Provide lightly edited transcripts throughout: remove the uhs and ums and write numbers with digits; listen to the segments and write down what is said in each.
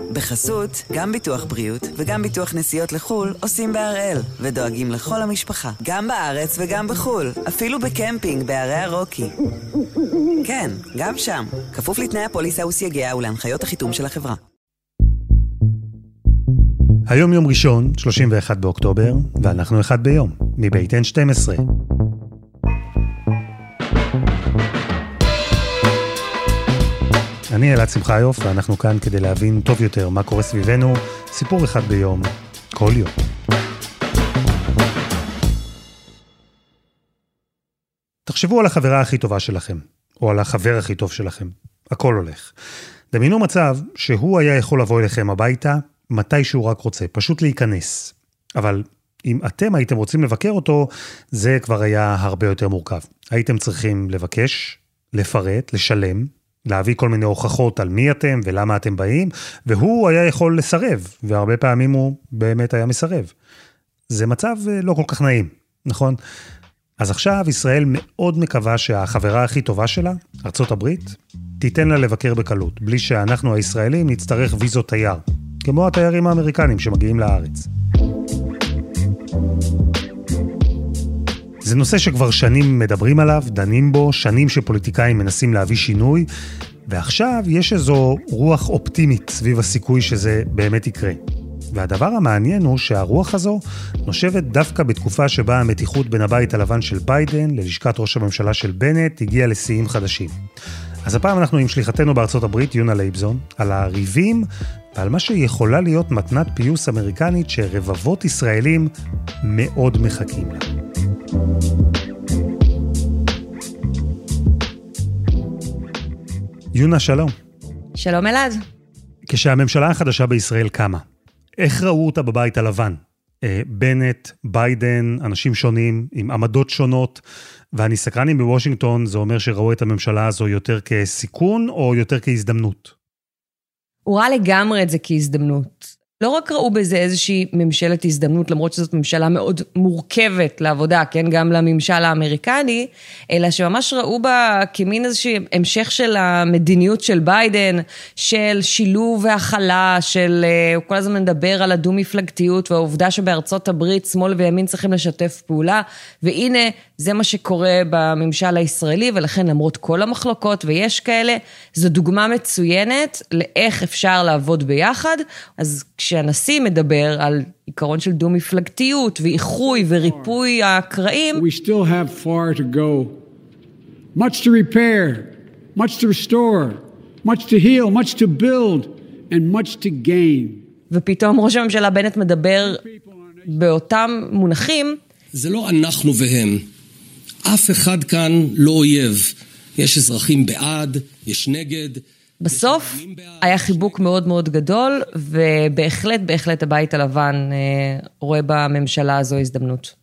בחסות, גם ביטוח בריאות וגם ביטוח נסיעות לחול עושים בהראל, ודואגים לכל המשפחה, גם בארץ וגם בחול, אפילו בקמפינג בערי הרוקי. כן, גם שם, כפוף לתנאי הפוליסה וסייגיה ולהנחיות החיתום של החברה. היום יום ראשון, 31 באוקטובר, ואנחנו אחד ביום, מבית N12. אני אלעד שמחיוף, ואנחנו כאן כדי להבין טוב יותר מה קורה סביבנו, סיפור אחד ביום, כל יום. תחשבו על החברה הכי טובה שלכם, או על החבר הכי טוב שלכם. הכל הולך. דמיינו מצב שהוא היה יכול לבוא אליכם הביתה, מתי שהוא רק רוצה, פשוט להיכנס. אבל אם אתם הייתם רוצים לבקר אותו, זה כבר היה הרבה יותר מורכב. הייתם צריכים לבקש, לפרט, לשלם, להביא כל מיני הוכחות על מי אתם ולמה אתם באים, והוא היה יכול לסרב, והרבה פעמים הוא באמת היה מסרב. זה מצב לא כל כך נעים, נכון? אז עכשיו ישראל מאוד מקווה שהחברה הכי טובה שלה, ארצות הברית, תיתן לה לבקר בקלות, בלי שאנחנו הישראלים נצטרך ויזות תייר, כמו התיירים האמריקנים שמגיעים לארץ. זה נושא שכבר שנים מדברים עליו, דנים בו, שנים שפוליטיקאים מנסים להביא שינוי, ועכשיו יש איזו רוח אופטימית סביב הסיכוי שזה באמת יקרה. והדבר המעניין הוא שהרוח הזו נושבת דווקא בתקופה שבה המתיחות בין הבית הלבן של ביידן ללשכת ראש הממשלה של בנט הגיעה לשיאים חדשים. אז הפעם אנחנו עם שליחתנו בארצות הברית, יונה לייבזון, על הריבים ועל מה שיכולה להיות מתנת פיוס אמריקנית שרבבות ישראלים מאוד מחכים לה. יונה, שלום. שלום אלעד. כשהממשלה החדשה בישראל קמה, איך ראו אותה בבית הלבן? בנט, ביידן, אנשים שונים, עם עמדות שונות, ואני סקרנים בוושינגטון, זה אומר שראו את הממשלה הזו יותר כסיכון או יותר כהזדמנות? הוא ראה לגמרי את זה כהזדמנות. לא רק ראו בזה איזושהי ממשלת הזדמנות, למרות שזאת ממשלה מאוד מורכבת לעבודה, כן, גם לממשל האמריקני, אלא שממש ראו בה כמין איזושהי המשך של המדיניות של ביידן, של שילוב והחלה, של, הוא כל הזמן מדבר על הדו-מפלגתיות, והעובדה שבארצות הברית, שמאל וימין צריכים לשתף פעולה, והנה זה מה שקורה בממשל הישראלי, ולכן למרות כל המחלוקות, ויש כאלה, זו דוגמה מצוינת לאיך אפשר לעבוד ביחד, אז כשהנשיא מדבר על עיקרון של דו-מפלגתיות ואיחוי וריפוי הקרעים, We still have far to go. Much to repair, much to restore, much to heal, much to build, and much to gain. ופתאום ראש הממשלה בנט מדבר באותם מונחים. זה לא אנחנו והם. אף אחד כאן לא אויב. יש אזרחים בעד, יש נגד. בסוף היה חיבוק מאוד מאוד גדול, ובהחלט הבית הלבן רואה בממשלה הזו הזדמנות.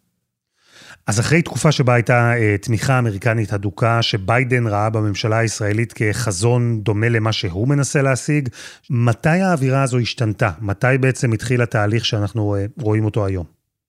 אז אחרי תקופה שבה הייתה תמיכה אמריקנית הדוקה, שביידן ראה בממשלה הישראלית כחזון דומה למה שהוא מנסה להשיג, מתי האווירה הזו השתנתה? מתי בעצם התחיל התהליך שאנחנו רואים אותו היום?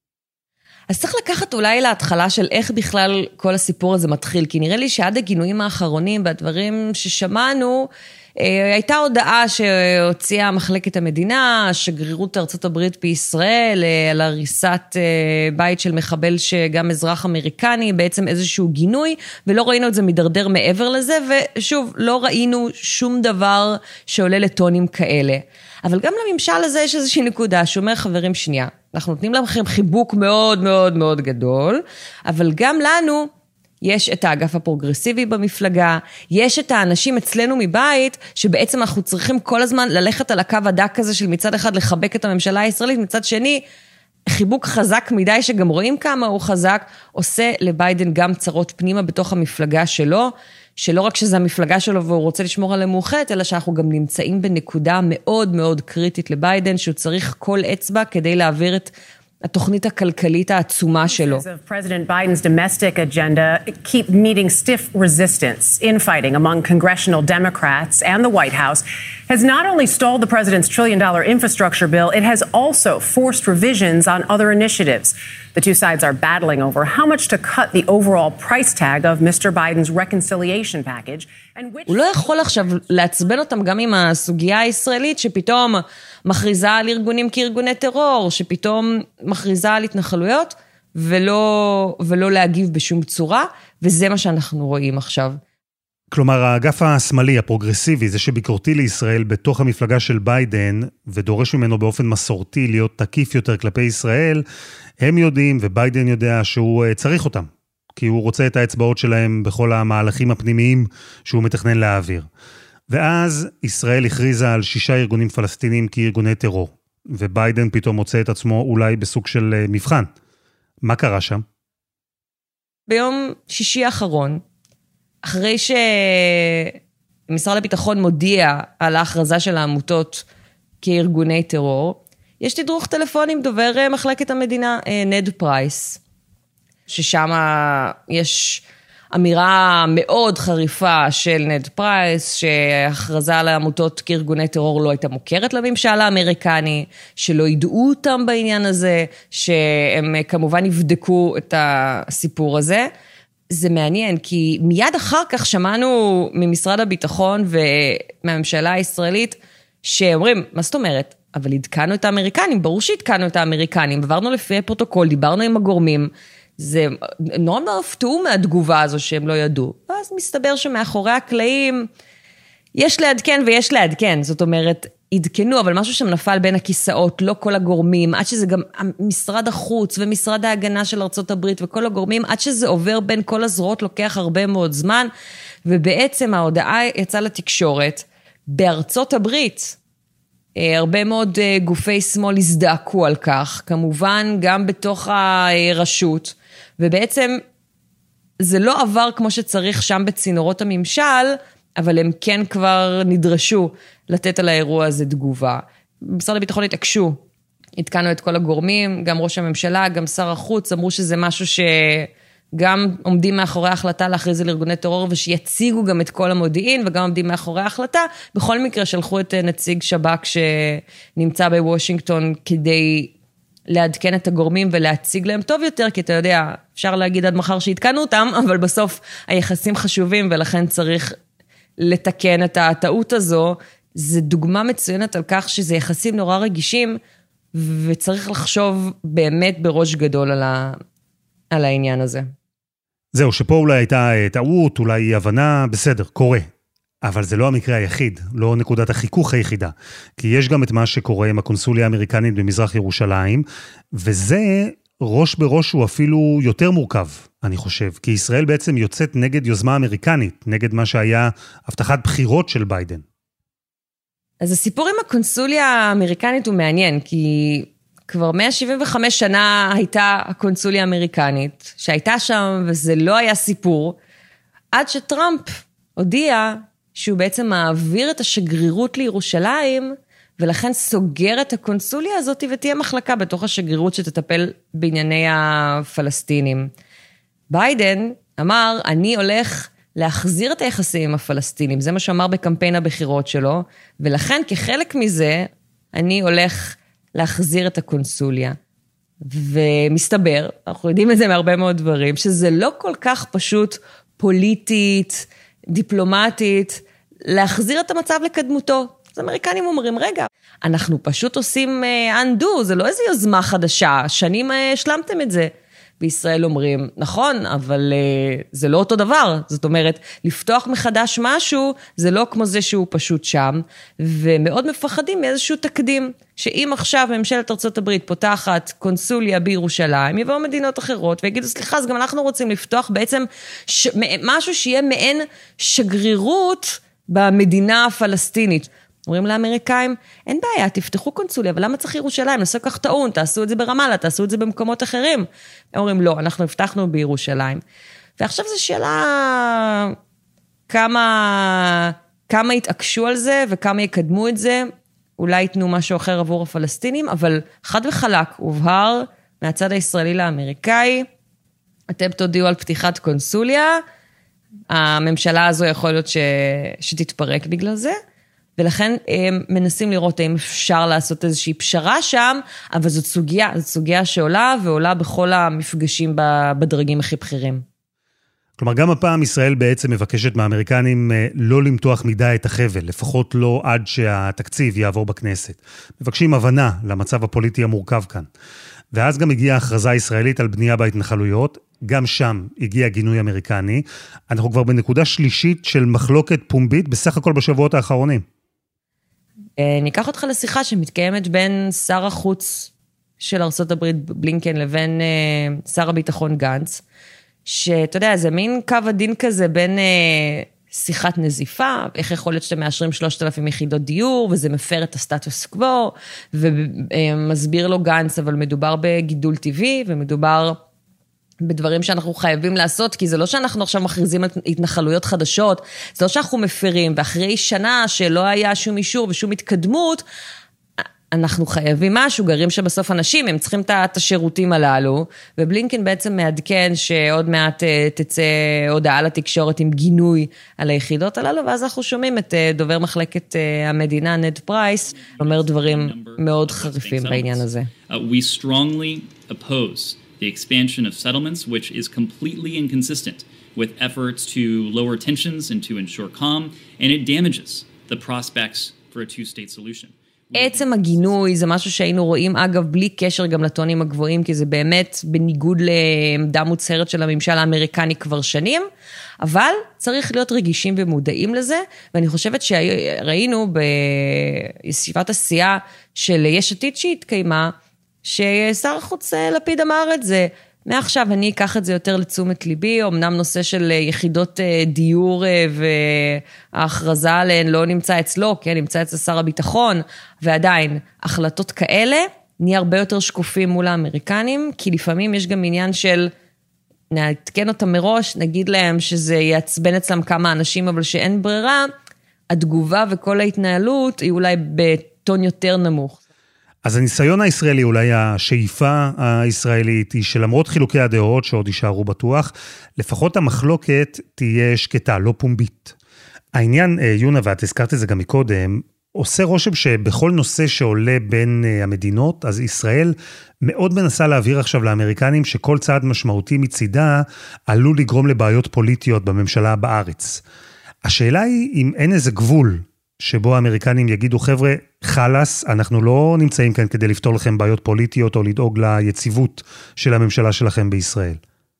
אז צריך לקחת אולי להתחלה של איך בכלל כל הסיפור הזה מתחיל, כי נראה לי שעד הגינויים האחרונים והדברים ששמענו, הייתה הודעה שהוציאה מחלקת המדינה, שגרירות ארצות הברית בישראל, על הריסת בית של מחבל שגם אזרח אמריקני, בעצם איזשהו גינוי, ולא ראינו את זה מדרדר מעבר לזה, ושוב, לא ראינו שום דבר שעולה לטונים כאלה. אבל גם לממשל הזה יש איזושהי נקודה, שאומר חברים שנייה, אנחנו נותנים לכם חיבוק מאוד מאוד מאוד גדול, אבל גם לנו יש את האגף הפרוגרסיבי במפלגה, יש את האנשים אצלנו מבית, שבעצם אנחנו צריכים כל הזמן ללכת על הקו הדק הזה של מצד אחד לחבק את הממשלה הישראלית, מצד שני, חיבוק חזק מדי שגם רואים כמה הוא חזק, עושה לביידן גם צרות פנימה בתוך המפלגה שלו, שלא רק שזה המפלגה שלו והוא רוצה לשמור עליה מאוחדת, אלא שאנחנו גם נמצאים בנקודה מאוד מאוד קריטית לביידן, שהוא צריך כל אצבע כדי להעביר את התוכנית הכלכלית העצומה שלו. President Biden's domestic agenda keep meeting stiff resistance. Infighting among congressional Democrats and the White House has not only stalled the president's $1 trillion infrastructure bill, it has also forced revisions on other initiatives. The two sides are battling over how much to cut the overall price tag of Mr. Biden's reconciliation package. הוא לא יכול עכשיו לעצבן אותם גם עם הסוגיה הישראלית, שפתאום מכריזה על ארגונים כארגוני טרור, שפתאום מכריזה על התנחלויות, ולא להגיב בשום צורה, וזה מה שאנחנו רואים עכשיו. כלומר, האגף השמאלי, הפרוגרסיבי, זה שביקורתי לישראל בתוך המפלגה של ביידן, ודורש ממנו באופן מסורתי להיות תקיף יותר כלפי ישראל, הם יודעים, וביידן יודע שהוא צריך אותם, כי הוא רוצה את האצבעות שלהם בכל המהלכים הפנימיים שהוא מתכנן להעביר. ואז ישראל הכריזה על 6 ארגונים פלסטינים כארגוני טרור, וביידן פתאום מוצא את עצמו אולי בסוג של מבחן. מה קרה שם? ביום שישי האחרון, אחרי שמשרד הביטחון מודיע על ההכרזה של העמותות כארגוני טרור, יש תדרוך טלפון עם דובר מחלקת המדינה, נד פרייס, ששם יש אמירה מאוד חריפה של נד פרייס, שהכרזה על העמותות כארגוני טרור לא הייתה מוכרת לממשל האמריקני, שלא ידעו אותם בעניין הזה, שהם כמובן יבדקו את הסיפור הזה. זה מעניין, כי מיד אחר כך שמענו ממשרד הביטחון ומהממשלה הישראלית, שאומרים, מה זאת אומרת? אבל עדכנו את האמריקנים, ברור שהעדכנו את האמריקנים, עברנו לפי פרוטוקול, דיברנו עם הגורמים, זה נורא הופתעו מהתגובה הזו שהם לא ידעו. ואז מסתבר שמאחורי הקלעים, יש לעדכן ויש לעדכן, זאת אומרת, עדכנו, אבל משהו שם נפל בין הכיסאות, לא כל הגורמים, עד שזה גם משרד החוץ ומשרד ההגנה של ארצות הברית וכל הגורמים, עד שזה עובר בין כל הזרועות, לוקח הרבה מאוד זמן, ובעצם ההודעה יצאה לתקשורת, בארצות הברית, הרבה מאוד גופי שמאל הזדעקו על כך, כמובן גם בתוך הרשות, ובעצם זה לא עבר כמו שצריך שם בצינורות הממשל, אבל הם כן כבר נדרשו לתת על האירוע הזה תגובה. משרד הביטחון התעקשו, התקנו את כל הגורמים, גם ראש הממשלה, גם שר החוץ, אמרו שזה משהו שגם עומדים מאחורי ההחלטה להכריז על ארגוני טרור, ושיציגו גם את כל המודיעין, וגם עומדים מאחורי ההחלטה. בכל מקרה שלחו את נציג שב"כ שנמצא בוושינגטון, כדי לעדכן את הגורמים ולהציג להם טוב יותר, כי אתה יודע, אפשר להגיד עד מחר שהתקנו אותם, אבל בסוף היחסים חשובים, ולכן צריך לתקן את הטעות הזו. זה דוגמה מצוינת על כך שזה יחסים נורא רגישים, וצריך לחשוב באמת בראש גדול על העניין הזה. זהו, שפה אולי הייתה טעות, אולי הבנה, בסדר, קורה. אבל זה לא המקרה היחיד, לא נקודת החיכוך היחידה. כי יש גם את מה שקורה עם הקונסוליה האמריקנית במזרח ירושלים, וזה ראש בראש הוא אפילו יותר מורכב, אני חושב. כי ישראל בעצם יוצאת נגד יוזמה אמריקנית, נגד מה שהיה הבטחת בחירות של ביידן. אז הסיפור עם הקונסוליה האמריקנית הוא מעניין, כי כבר 175 שנה הייתה הקונסוליה האמריקנית, שהייתה שם וזה לא היה סיפור, עד שטראמפ הודיע שהוא בעצם מעביר את השגרירות לירושלים, ולכן סוגר את הקונסוליה הזאת, ותהיה מחלקה בתוך השגרירות שתטפל בענייני הפלסטינים. ביידן אמר, אני הולך להחזיר את היחסים עם הפלסטינים, זה מה שאמר בקמפיין הבחירות שלו, ולכן כחלק מזה, אני הולך להחזיר את הקונסוליה. ומסתבר, אנחנו יודעים את זה מהרבה מאוד דברים, שזה לא כל כך פשוט פוליטית, דיפלומטית, להחזיר את המצב לקדמותו. אז האמריקנים אומרים, רגע, אנחנו פשוט עושים undo, זה לא איזו יוזמה חדשה, שנים השלמתם את זה. בישראל אומרים, נכון, אבל זה לא אותו דבר. זאת אומרת, לפתוח מחדש משהו, זה לא כמו זה שהוא פשוט שם, ומאוד מפחדים מאיזשהו תקדים, שאם עכשיו ממשלת ארצות הברית פותחת קונסוליה בירושלים, יבואו מדינות אחרות ויגידו, סליחה, אז גם אנחנו רוצים לפתוח בעצם משהו שיהיה מעין שגרירות במדינה הפלסטינית. אומרים לאמריקאים, אין בעיה, תפתחו קונסוליה, אבל למה צריך ירושלים? נעשה כך טעון, תעשו את זה ברמאללה, תעשו את זה במקומות אחרים. הם אומרים, לא, אנחנו הבטחנו בירושלים. ועכשיו זו שאלה כמה יתעקשו על זה, וכמה יקדמו את זה, אולי ייתנו משהו אחר עבור הפלסטינים, אבל חד וחלק, הובהר מהצד הישראלי לאמריקאי, אתם תודיעו על פתיחת קונסוליה, הממשלה הזו יכול להיות שתתפרק בגלל זה, ולכן הם מנסים לראות האם אפשר לעשות איזושהי פשרה שם, אבל זאת סוגיה שעולה ועולה בכל המפגשים בדרגים הכי בכירים. כלומר, גם הפעם ישראל בעצם מבקשת מהאמריקנים לא למתוח מדי את החבל, לפחות לא עד שהתקציב יעבור בכנסת. מבקשים הבנה למצב הפוליטי המורכב כאן. ואז גם הגיעה הכרזה ישראלית על בנייה בהתנחלויות, גם שם הגיע גינוי אמריקני. אנחנו כבר בנקודה שלישית של מחלוקת פומבית, בסך הכל בשבועות האחרונים. ניקח אותך לשיחה שמתקיימת בין שר החוץ של ארצות הברית בלינקן לבין שר הביטחון גנץ, שאתה יודע, זה מין קו הדין כזה בין שיחת נזיפה, איך יכול להיות שאתם מאשרים 3,000 יחידות דיור, וזה מפר את הסטטוס קוו, ומסביר לו גנץ, אבל מדובר בגידול טבעי, ומדובר בדברים שאנחנו חייבים לעשות, כי זה לא שאנחנו עכשיו מכריזים על התנחלויות חדשות, זה לא שאנחנו מפרים, ואחרי שנה שלא היה שום אישור ושום התקדמות, אנחנו חייבים משהו, גרים שבסוף אנשים, הם צריכים את השירותים הללו, ובלינקן בעצם מעדכן שעוד מעט תצא הודעה לתקשורת עם גינוי על היחידות הללו, ואז אנחנו שומעים את דובר מחלקת המדינה, נד פרייס, אומר דברים מאוד חריפים בעניין הזה. We strongly oppose the expansion of settlements, which is completely inconsistent with efforts to lower tensions and to ensure calm, and it damages the prospects for a two-state solution. עצם הגינוי זה משהו שהיינו רואים, אגב, בלי קשר גם לטונים הגבוהים, כי זה באמת בניגוד לעמדה מוצהרת של הממשל האמריקני כבר שנים, אבל צריך להיות רגישים ומודעים לזה, ואני חושבת שראינו בישיבת הסיעה של יש עתיד שהתקיימה, ששר החוץ לפיד אמר את זה, מעכשיו אני אקח את זה יותר לתשומת ליבי, אמנם נושא של יחידות דיור וההכרזה עליהן לא נמצא אצלו, כן, נמצא אצל שר הביטחון, ועדיין החלטות כאלה נהיה הרבה יותר שקופים מול האמריקנים, כי לפעמים יש גם עניין של נעדכן אותם מראש, נגיד להם שזה יעצבן אצלם כמה אנשים, אבל שאין ברירה, התגובה וכל ההתנהלות היא אולי בטון יותר נמוך. אז הניסיון הישראלי, אולי השאיפה הישראלית, היא שלמרות חילוקי הדעות שעוד יישארו בטוח, לפחות המחלוקת תהיה שקטה, לא פומבית. העניין, יונה, ואת הזכרת את זה גם מקודם, עושה רושם שבכל נושא שעולה בין המדינות, אז ישראל מאוד מנסה להעביר עכשיו לאמריקנים שכל צעד משמעותי מצידה עלול לגרום לבעיות פוליטיות בממשלה בארץ. השאלה היא אם אין איזה גבול שבו האמריקנים יגידו, חבר'ה, חלס, אנחנו לא נמצאים כאן כדי לפתור לכם בעיות פוליטיות או לדאוג ליציבות של הממשלה שלכם בישראל.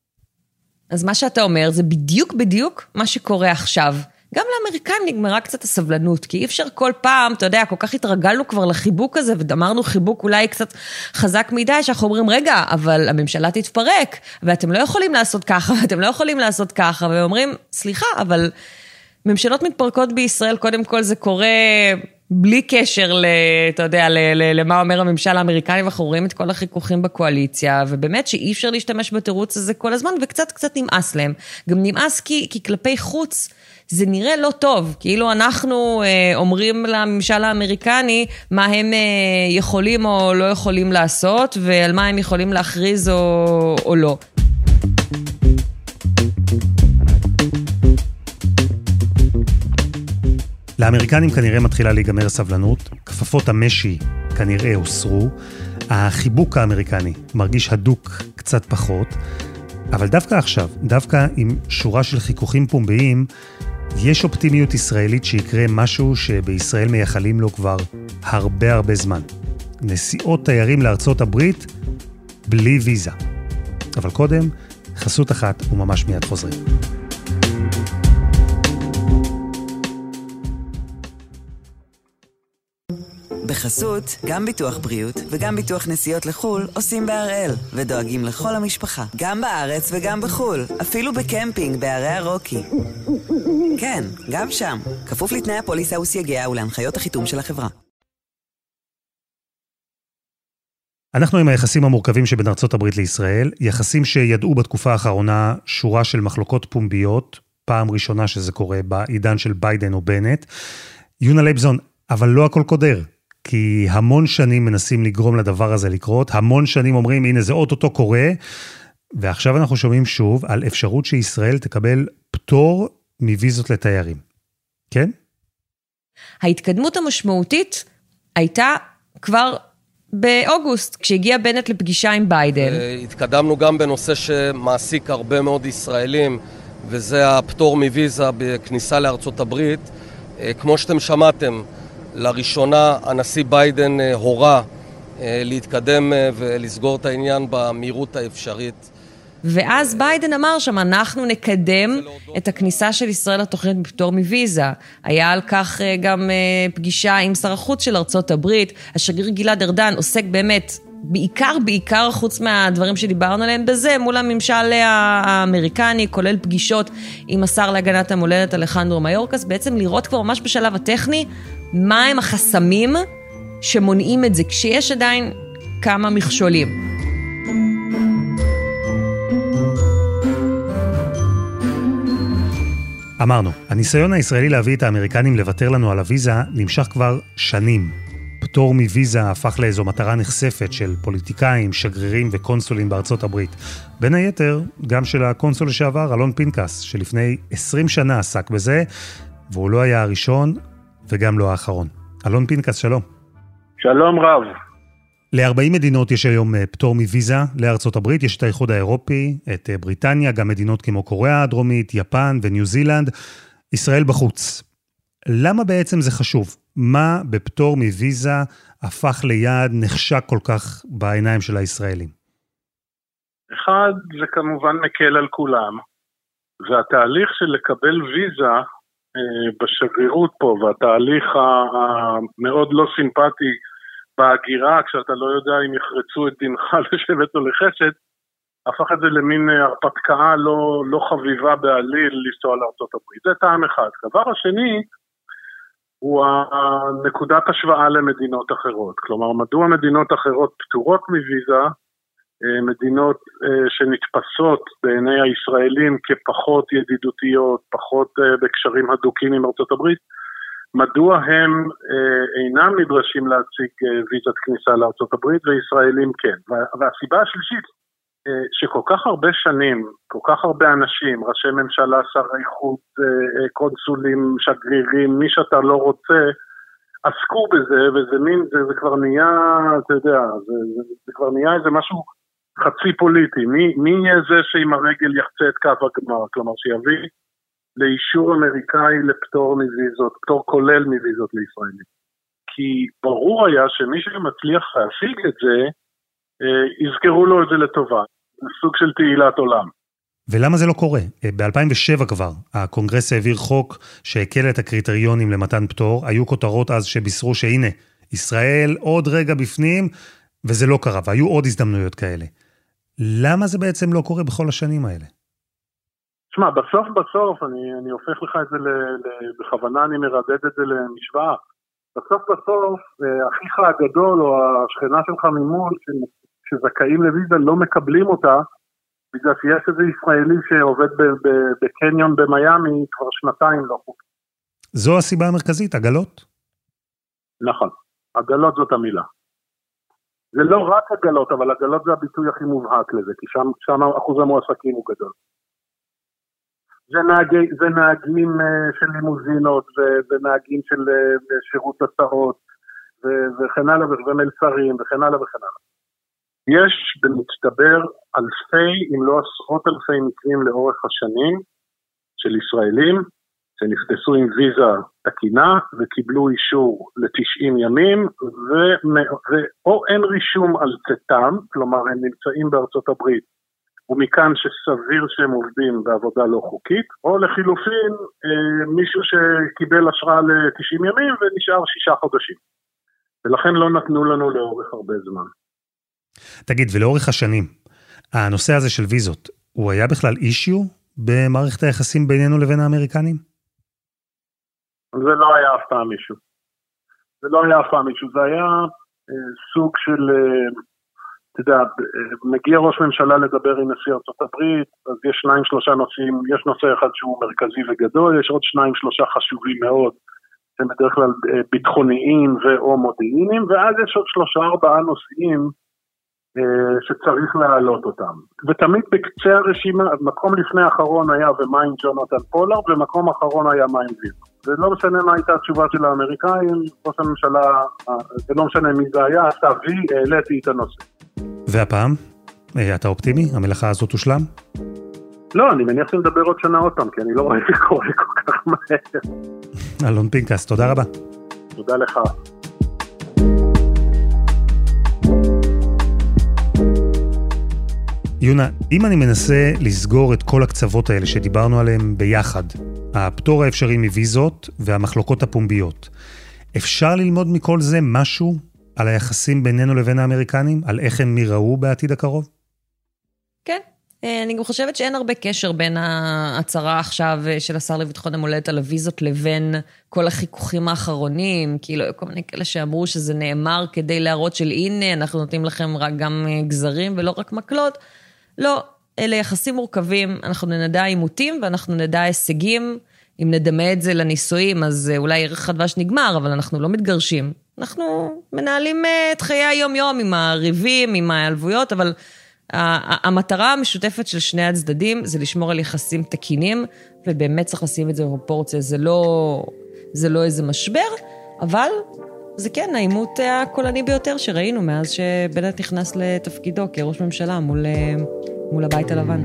אז מה שאתה אומר זה בדיוק מה שקורה עכשיו. גם לאמריקאים נגמרה קצת הסבלנות, כי אי אפשר כל פעם, אתה יודע, כל כך התרגלנו כבר לחיבוק הזה, ואמרנו חיבוק אולי קצת חזק מדי, שאנחנו אומרים, רגע, אבל הממשלה תתפרק, ואתם לא יכולים לעשות ככה, ואתם לא יכולים לעשות ככה, ואומרים, סליחה, אבל ממשלות מתפרקות בישראל, קודם כל זה קורה בלי קשר, אתה יודע, למה אומר הממשל האמריקני, ואנחנו רואים את כל החיכוכים בקואליציה, ובאמת שאי אפשר להשתמש בתירוץ הזה כל הזמן, וקצת נמאס להם. גם נמאס כי כלפי חוץ, זה נראה לא טוב, כאילו אנחנו אומרים לממשל האמריקני מה הם יכולים או לא יכולים לעשות, ועל מה הם יכולים להכריז או לא. לאמריקנים כנראה מתחילה להיגמר סבלנות, כפפות המשי כנראה הוסרו, החיבוק האמריקני מרגיש הדוק קצת פחות, אבל דווקא עכשיו, דווקא עם שורה של חיכוכים פומביים, יש אופטימיות ישראלית שיקרה משהו שבישראל מייחלים לו כבר הרבה זמן. נסיעות תיירים לארצות הברית בלי ויזה. אבל קודם, חסות אחת וממש מיד חוזרים. בחסות, גם ביטוח בריאות וגם ביטוח נסיעות לחול עושים בהראל ודואגים לכל המשפחה, גם בארץ וגם בחול, אפילו בקמפינג בערי הרוקי. כן, גם שם, כפוף לתנאי הפוליסה וסייגיה ולהנחיות החיתום של החברה. אנחנו עם היחסים המורכבים שבין ארצות הברית לישראל, יחסים שידעו בתקופה האחרונה שורה של מחלוקות פומביות, פעם ראשונה שזה קורה בעידן של ביידן או בנט. יונה לייבזון, אבל לא הכל קודר. כי המון שנים מנסים לגרום לדבר הזה לקרות, המון שנים אומרים, הנה זה אוטוטו קורה, ועכשיו אנחנו שומעים שוב על אפשרות שישראל תקבל פטור מוויזות לתיירים. כן? ההתקדמות המשמעותית הייתה כבר באוגוסט, כשהגיע בנט לפגישה עם ביידן. התקדמנו גם בנושא שמעסיק הרבה מאוד ישראלים, וזה הפטור מוויזה בכניסה לארצות הברית. כמו שאתם שמעתם, לראשונה הנשיא ביידן הורה להתקדם ולסגור את העניין במהירות האפשרית. ואז ביידן אמר שם, אנחנו נקדם את הכניסה של ישראל לתוכנית בפטור מוויזה. היה על כך גם פגישה עם שר החוץ של ארצות הברית. השגריר גלעד ארדן עוסק באמת בעיקר חוץ מהדברים שדיברנו עליהם בזה, מול הממשל האמריקני, כולל פגישות עם השר להגנת המולדת אלחנדרו מאיורקס, בעצם לראות כבר ממש בשלב הטכני מה הם החסמים שמונעים את זה, כשיש עדיין כמה מכשולים. אמרנו, הניסיון הישראלי להביא את האמריקנים לוותר לנו על הוויזה נמשך כבר שנים. פטור מוויזה הפך לאיזו מטרה נחשפת של פוליטיקאים, שגרירים וקונסולים בארצות הברית. בין היתר, גם של הקונסול לשעבר, אלון פינקס, שלפני 20 שנה עסק בזה, והוא לא היה הראשון וגם לא האחרון. אלון פינקס, שלום. שלום רב. ל-40 מדינות יש היום פטור מוויזה לארצות הברית, יש את האיחוד האירופי, את בריטניה, גם מדינות כמו קוריאה הדרומית, יפן וניו זילנד, ישראל בחוץ. למה בעצם זה חשוב? מה בפטור מוויזה הפך ליעד נחשק כל כך בעיניים של הישראלים? אחד, זה כמובן מקל על כולם, והתהליך של לקבל ויזה בשגרירות פה, והתהליך המאוד לא סימפטי בהגירה, כשאתה לא יודע אם יחרצו את דינך לשבט או לחסד, הפך את זה למין הרפתקה לא חביבה בעליל לנסוע לארצות הברית. זה טעם אחד. דבר השני, הוא נקודת השוואה למדינות אחרות. כלומר, מדוע מדינות אחרות פטורות מוויזה, מדינות שנתפסות בעיני הישראלים כפחות ידידותיות, פחות בקשרים הדוקים עם ארצות הברית, מדוע הם אינם נדרשים להציג ויזת כניסה לארצות הברית וישראלים כן. והסיבה השלישית, שכל כך הרבה שנים, כל כך הרבה אנשים, ראשי ממשלה, שרי חוץ, קונסולים, שגרירים, מי שאתה לא רוצה, עסקו בזה, וזה מין, זה כבר נהיה, אתה יודע, זה כבר נהיה איזה משהו חצי פוליטי. מי יהיה זה שעם הרגל יחצה את קו הגמר? כלומר, שיביא לאישור אמריקאי לפטור מוויזות, פטור כולל מוויזות לישראלים. כי ברור היה שמי שמצליח להשיג את זה, יזכרו לו את זה לטובה. זה סוג של תהילת עולם. ולמה זה לא קורה? ב-2007 כבר, הקונגרס העביר חוק שהקל את הקריטריונים למתן פטור, היו כותרות אז שבישרו שהנה, ישראל עוד רגע בפנים, וזה לא קרה, והיו עוד הזדמנויות כאלה. למה זה בעצם לא קורה בכל השנים האלה? תשמע, בסוף, אני הופך לך את זה, בכוונה אני מרדד את זה למשוואה. בסוף, אחיך הגדול או השכנה שלך ממול, שזכאים לוויזה לא מקבלים אותה, בגלל שיש איזה ישראלי שעובד בקניון במיימי כבר שנתיים לא חוקי. זו הסיבה המרכזית, עגלות? נכון, עגלות זאת המילה. זה לא רק עגלות, אבל עגלות זה הביטוי הכי מובהק לזה, כי שם אחוז המועסקים הוא גדול. זה נהגים של לימוזינות, ונהגים של שירות הסעות, וכן הלאה, ומלצרים, וכן הלאה וכן הלאה. יש במצטבר אלפי, אם לא עשרות אלפי מקרים לאורך השנים, של ישראלים, שנכנסו עם ויזה תקינה, וקיבלו אישור ל-90 ימים, או אין רישום על צאתם, כלומר הם נמצאים בארצות הברית, ומכאן שסביר שהם עובדים בעבודה לא חוקית, או לחילופין מישהו שקיבל אשרה ל-90 ימים ונשאר 6 חודשים. ולכן לא נתנו לנו לאורך הרבה זמן. תגיד, ולאורך השנים, הנושא הזה של ויזות, הוא היה בכלל אישיו במערכת היחסים בינינו לבין האמריקנים? זה לא היה אף פעם אישיו. זה היה סוג של... אתה יודע, מגיע ראש ממשלה לדבר עם נשיא ארצות הברית, אז יש 2-3 נושאים, יש נושא אחד שהוא מרכזי וגדול, יש עוד 2-3 חשובים מאוד, הם בדרך כלל ביטחוניים ואו מודיעיניים, ואז יש עוד 3-4 נושאים שצריך להעלות אותם. ותמיד בקצה הרשימה, מקום לפני האחרון היה ומה עם ג'ונתן פולארד, ומקום אחרון היה מה עם ויזה. ולא משנה מה הייתה התשובה של האמריקאים, ראש הממשלה, ולא משנה מי זה היה, העליתי את הנושא. והפעם? אתה אופטימי? המלאכה הזאת הושלם? לא, אני מניח שנדבר עוד שנה עוד פעם, כי אני לא רואה זה קורה כל כך מהר. אלון פינקס, תודה רבה. תודה לך. יונה, אם אני מנסה לסגור את כל הקצוות האלה שדיברנו עליהם ביחד, הפטור האפשרי מוויזות והמחלוקות הפומביות, אפשר ללמוד מכל זה משהו על היחסים בינינו לבין האמריקנים? על איך הם יראו בעתיד הקרוב? כן. אני גם חושבת שאין הרבה קשר בין ההצהרה עכשיו של השר לביטחון המולדת על הוויזות לבין כל החיכוכים האחרונים, כאילו כל מיני כאלה שאמרו שזה נאמר כדי להראות של הנה, אנחנו נותנים לכם רק גם גזרים ולא רק מקלות. לא, אלה יחסים מורכבים, אנחנו נדע עימותים ואנחנו נדע הישגים, אם נדמה את זה לניסויים, אז אולי ערך הדבש נגמר, אבל אנחנו לא מתגרשים. אנחנו מנהלים את חיי היום-יום עם הריבים, עם ההלוויות, אבל המטרה המשותפת של שני הצדדים זה לשמור על יחסים תקינים, ובאמת צריך לשים את זה בפרופורציה, זה לא איזה משבר, אבל זה כן העימות הקולני ביותר שראינו מאז שבנט נכנס לתפקידו כראש ממשלה מול הבית הלבן.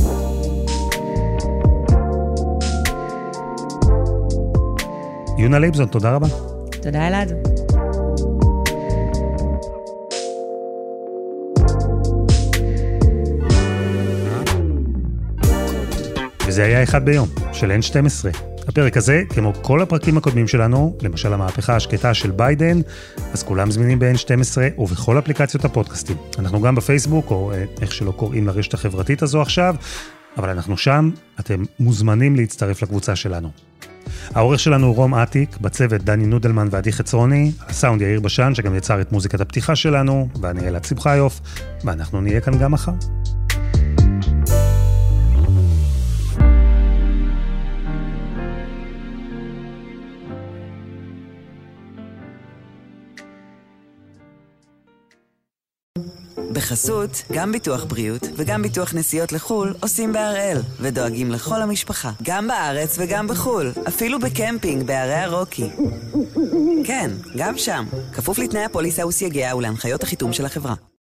יונה לייבזון, תודה רבה. תודה אלעד. וזה היה אחד ביום, של N12. הפרק הזה, כמו כל הפרקים הקודמים שלנו, למשל המהפכה השקטה של ביידן, אז כולם זמינים ב-N12 ובכל אפליקציות הפודקאסטים. אנחנו גם בפייסבוק, או איך שלא קוראים לרשת החברתית הזו עכשיו, אבל אנחנו שם, אתם מוזמנים להצטרף לקבוצה שלנו. העורך שלנו הוא רום עתיק, בצוות דני נודלמן ועדי חצרוני, הסאונד יאיר בשן שגם יצר את מוזיקת הפתיחה שלנו, ואני אלעד שמחיוף, ואנחנו נהיה כאן גם מחר. בחסות, גם ביטוח בריאות וגם ביטוח נסיעות לחול עושים בהראל ודואגים לכל המשפחה, גם בארץ וגם בחול, אפילו בקמפינג בערי הרוקי. כן, גם שם, כפוף לתנאי הפוליסה וסייגיה ולהנחיות החיתום של החברה.